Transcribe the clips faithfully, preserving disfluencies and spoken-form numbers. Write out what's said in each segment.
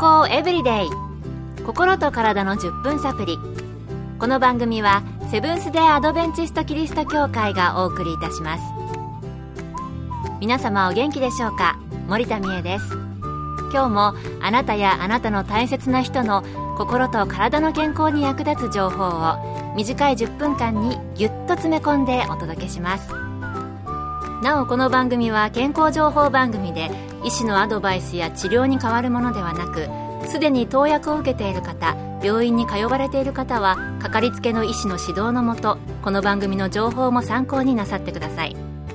康エブリデイ、心と体のじゅっぷんサプリ。この番組はセブンス・デー・アドベンチスト・キリスト教会がお送りいたします。皆様お元気でしょうか。森田美恵です。今日もあなたやあなたの大切な人の心と体の健康に役立つ情報を短いじゅっぷんかんにぎゅっと詰め込んでお届けします。なおこの番組は健康情報番組で、医師のアドバイスや治療に代わるものではなく、すでに投薬を受けている方、病院に通われている方はかかりつけの医師の指導のもと、この番組の情報も参考になさってください。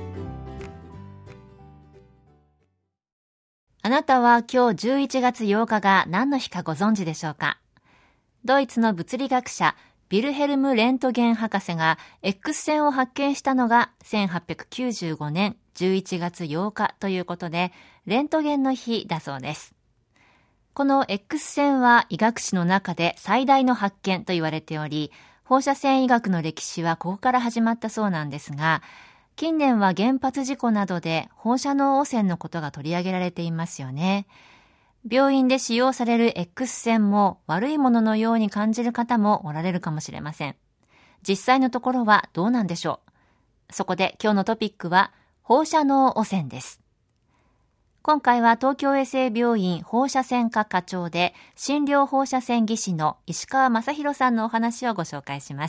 あなたは今日じゅういちがつようかが何の日かご存知でしょうか。ドイツの物理学者ビルヘルム・レントゲン博士が X 線を発見したのがせんはっぴゃくきゅうじゅうごねんじゅういちがつようかということで、レントゲンの日だそうです。この X 線は医学史の中で最大の発見と言われており、放射線医学の歴史はここから始まったそうなんですが、近年は原発事故などで放射能汚染のことが取り上げられていますよね。病院で使用される X 線も悪いもののように感じる方もおられるかもしれません。実際のところはどうなんでしょう。そこで今日のトピックは放射能汚染です。今回は東京衛生病院放射線科課長で診療放射線技師の石川正弘さんのお話をご紹介します。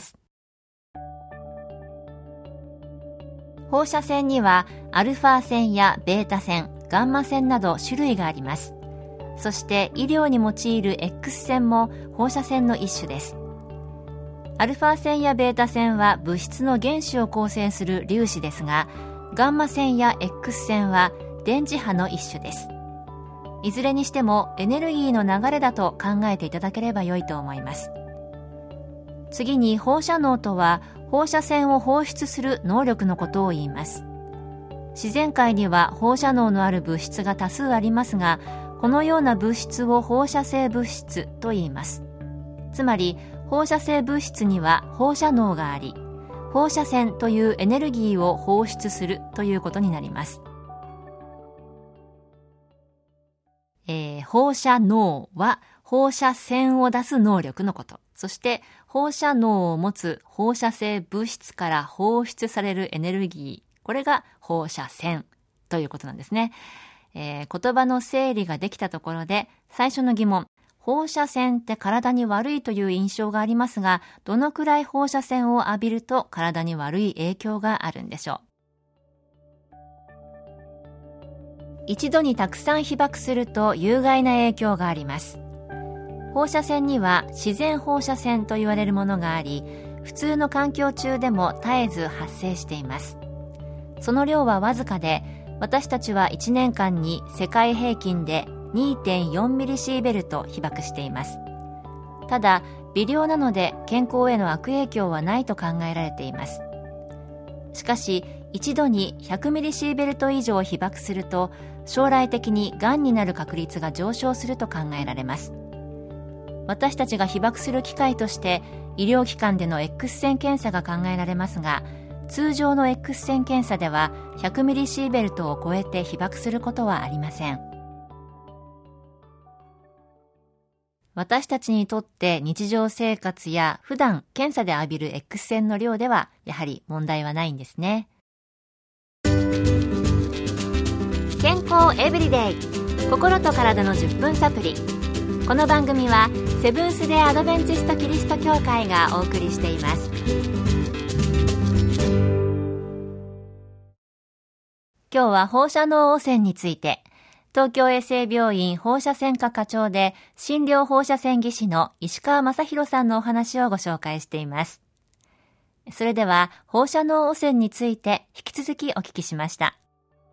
放射線にはアルファ線やベータ線、ガンマ線など種類があります。そして医療に用いる X 線も放射線の一種です。アルファ線やベータ線は物質の原子を構成する粒子ですが、ガンマ線や X 線は電磁波の一種です。いずれにしてもエネルギーの流れだと考えていただければ良いと思います。次に放射能とは放射線を放出する能力のことを言います。自然界には放射能のある物質が多数ありますが、このような物質を放射性物質と言います。つまり放射性物質には放射能があり、放射線というエネルギーを放出するということになります。えー、放射能は放射線を出す能力のこと。そして放射能を持つ放射性物質から放出されるエネルギー、これが放射線ということなんですね。えー、言葉の整理ができたところで最初の疑問、放射線って体に悪いという印象がありますが、どのくらい放射線を浴びると体に悪い影響があるんでしょう。一度にたくさん被曝すると有害な影響があります。放射線には自然放射線と言われるものがあり、普通の環境中でも絶えず発生しています。その量はわずかで、私たちはいちねんかんに世界平均で にてんよんミリシーベルト被曝しています。ただ微量なので健康への悪影響はないと考えられています。しかし一度にひゃくミリシーベルト以上被曝すると、将来的にがんになる確率が上昇すると考えられます。私たちが被曝する機会として医療機関での X 線検査が考えられますが、通常の X 線検査ではひゃくミリシーベルトを超えて被曝することはありません。私たちにとって日常生活や普段検査で浴びる X 線の量ではやはり問題はないんですね。健康エブリデイ、心と体のじゅっぷんサプリ。この番組はセブンス・デー・アドベンチスト・キリスト教会がお送りしています。今日は放射能汚染について、東京衛生病院放射線科課長で診療放射線技師の石川正弘さんのお話をご紹介しています。それでは放射能汚染について引き続きお聞きしました。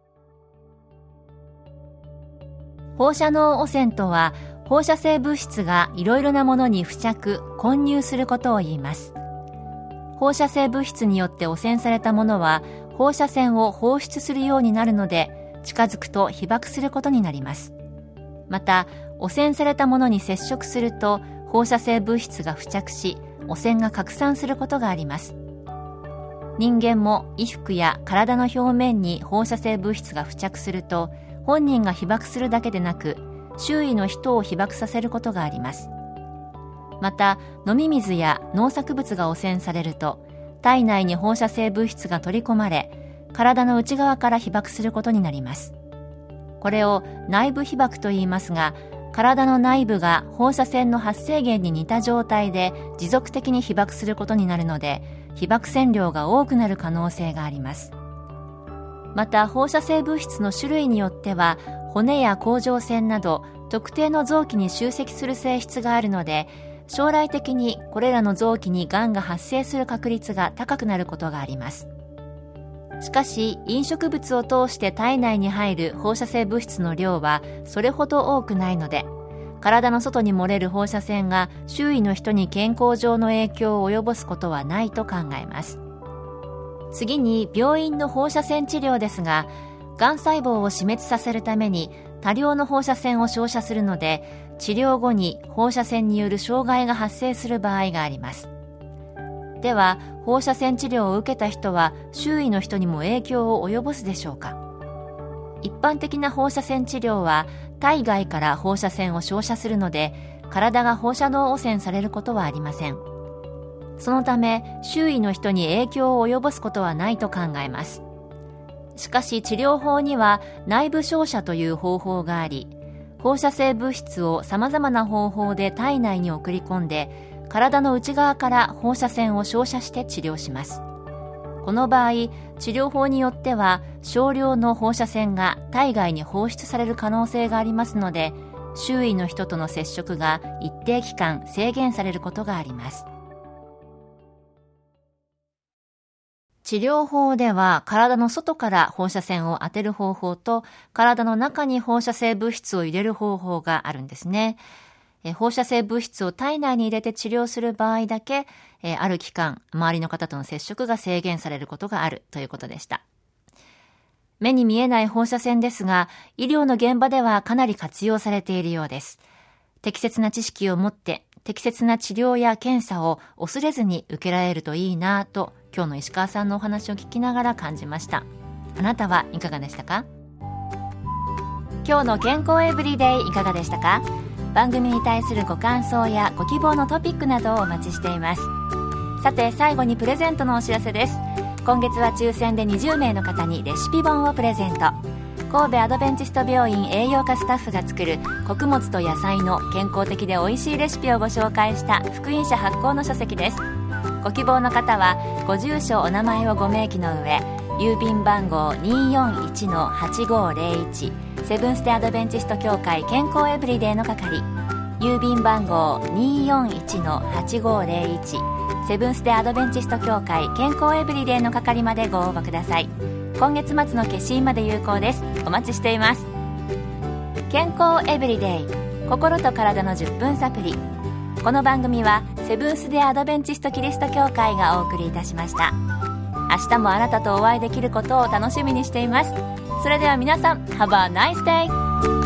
放射能汚染とは、放射性物質がいろいろなものに付着、混入することを言います。放射性物質によって汚染されたものは放射線を放出するようになるので、近づくと被曝することになります。また汚染されたものに接触すると放射性物質が付着し、汚染が拡散することがあります。人間も衣服や体の表面に放射性物質が付着すると、本人が被曝するだけでなく、 周囲の人を被爆させることがあります。また、飲み水や農作物が汚染されると、体内に放射性物質が取り込まれ、体の内側から被爆することになります。これを内部被爆と言いますが、体の内部が放射線の発生源に似た状態で持続的に被爆することになるので、被爆線量が多くなる可能性があります。また、放射性物質の種類によっては、骨や甲状腺など特定の臓器に集積する性質があるので、将来的にこれらの臓器にがんが発生する確率が高くなることがあります。しかし、飲食物を通して体内に入る放射性物質の量はそれほど多くないので、体の外に漏れる放射線が周囲の人に健康上の影響を及ぼすことはないと考えます。次に、病院の放射線治療ですが、がん細胞を死滅させるために多量の放射線を照射するので、治療後に放射線による障害が発生する場合があります。では、放射線治療を受けた人は周囲の人にも影響を及ぼすでしょうか。一般的な放射線治療は体外から放射線を照射するので、体が放射能汚染されることはありません。そのため、周囲の人に影響を及ぼすことはないと考えます。しかし、治療法には内部照射という方法があり、放射性物質を様々な方法で体内に送り込んで、体の内側から放射線を照射して治療します。この場合、治療法によっては少量の放射線が体外に放出される可能性がありますので、周囲の人との接触が一定期間制限されることがあります。治療法では、体の外から放射線を当てる方法と、体の中に放射性物質を入れる方法があるんですね。え放射性物質を体内に入れて治療する場合だけ、えある期間、周りの方との接触が制限されることがあるということでした。目に見えない放射線ですが、医療の現場ではかなり活用されているようです。適切な知識を持って、適切な治療や検査を恐れずに受けられるといいなと、今日の石川さんのお話を聞きながら感じました。あなたはいかがでしたか？今日の健康エブリデイいかがでしたか？番組に対するご感想やご希望のトピックなどをお待ちしています。さて、最後にプレゼントのお知らせです。今月は抽選でにじゅうめいの方にレシピ本をプレゼント。神戸アドベンチスト病院栄養科スタッフが作る穀物と野菜の健康的で美味しいレシピをご紹介した福音社発行の書籍です。ご希望の方はご住所お名前をご明記の上、郵便番号 にーよんいちのはちごーぜろいち セブンステアドベンチスト協会健康エブリデイの係、郵便番号 にーよんいちのはちごーぜろいち セブンステアドベンチスト協会健康エブリデイの係までご応募ください。今月末の消印まで有効です。お待ちしています。健康エブリデイ、心と体のじゅっぷんサプリ。この番組はセブンス・デ・アドベンチスト・キリスト教会がお送りいたしました。明日もあなたとお会いできることを楽しみにしています。それでは皆さん、Have a nice day!